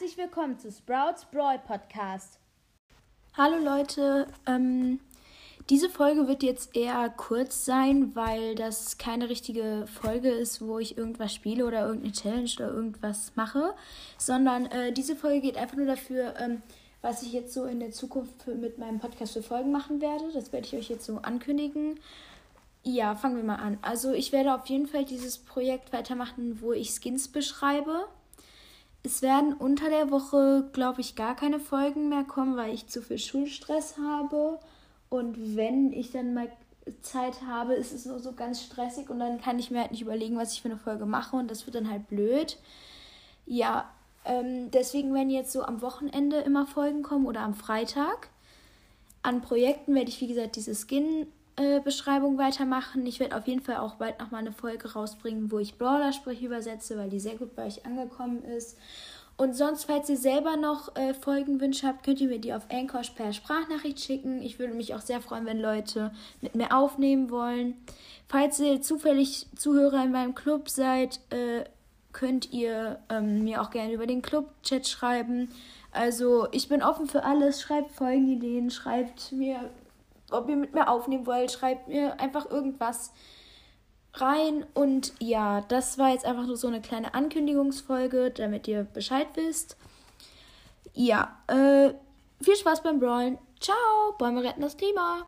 Herzlich willkommen zu Sprouts Brawl Podcast. Hallo Leute, diese Folge wird jetzt eher kurz sein, weil das keine richtige Folge ist, wo ich irgendwas spiele oder irgendeine Challenge oder irgendwas mache, sondern diese Folge geht einfach nur dafür, was ich jetzt so in der Zukunft mit meinem Podcast für Folgen machen werde. Das werde ich euch jetzt so ankündigen. Ja, fangen wir mal an. Also ich werde auf jeden Fall dieses Projekt weitermachen, wo ich Skins beschreibe. Es werden unter der Woche, glaube ich, gar keine Folgen mehr kommen, weil ich zu viel Schulstress habe. Und wenn ich dann mal Zeit habe, ist es so ganz stressig und dann kann ich mir halt nicht überlegen, was ich für eine Folge mache und das wird dann halt blöd. Ja, deswegen werden jetzt so am Wochenende immer Folgen kommen oder am Freitag. An Projekten werde ich, wie gesagt, diese Skin-Beschreibung weitermachen. Ich werde auf jeden Fall auch bald nochmal eine Folge rausbringen, wo ich Brawler-Sprüche übersetze, weil die sehr gut bei euch angekommen ist. Und sonst, falls ihr selber noch Folgenwünsche habt, könnt ihr mir die auf Anchor per Sprachnachricht schicken. Ich würde mich auch sehr freuen, wenn Leute mit mir aufnehmen wollen. Falls ihr zufällig Zuhörer in meinem Club seid, könnt ihr mir auch gerne über den Club-Chat schreiben. Also ich bin offen für alles. Schreibt Folgenideen, schreibt mir, ob ihr mit mir aufnehmen wollt, schreibt mir einfach irgendwas rein. Und ja, das war jetzt einfach nur so eine kleine Ankündigungsfolge, damit ihr Bescheid wisst. Ja, viel Spaß beim Brawlen. Ciao, Bäume retten das Klima.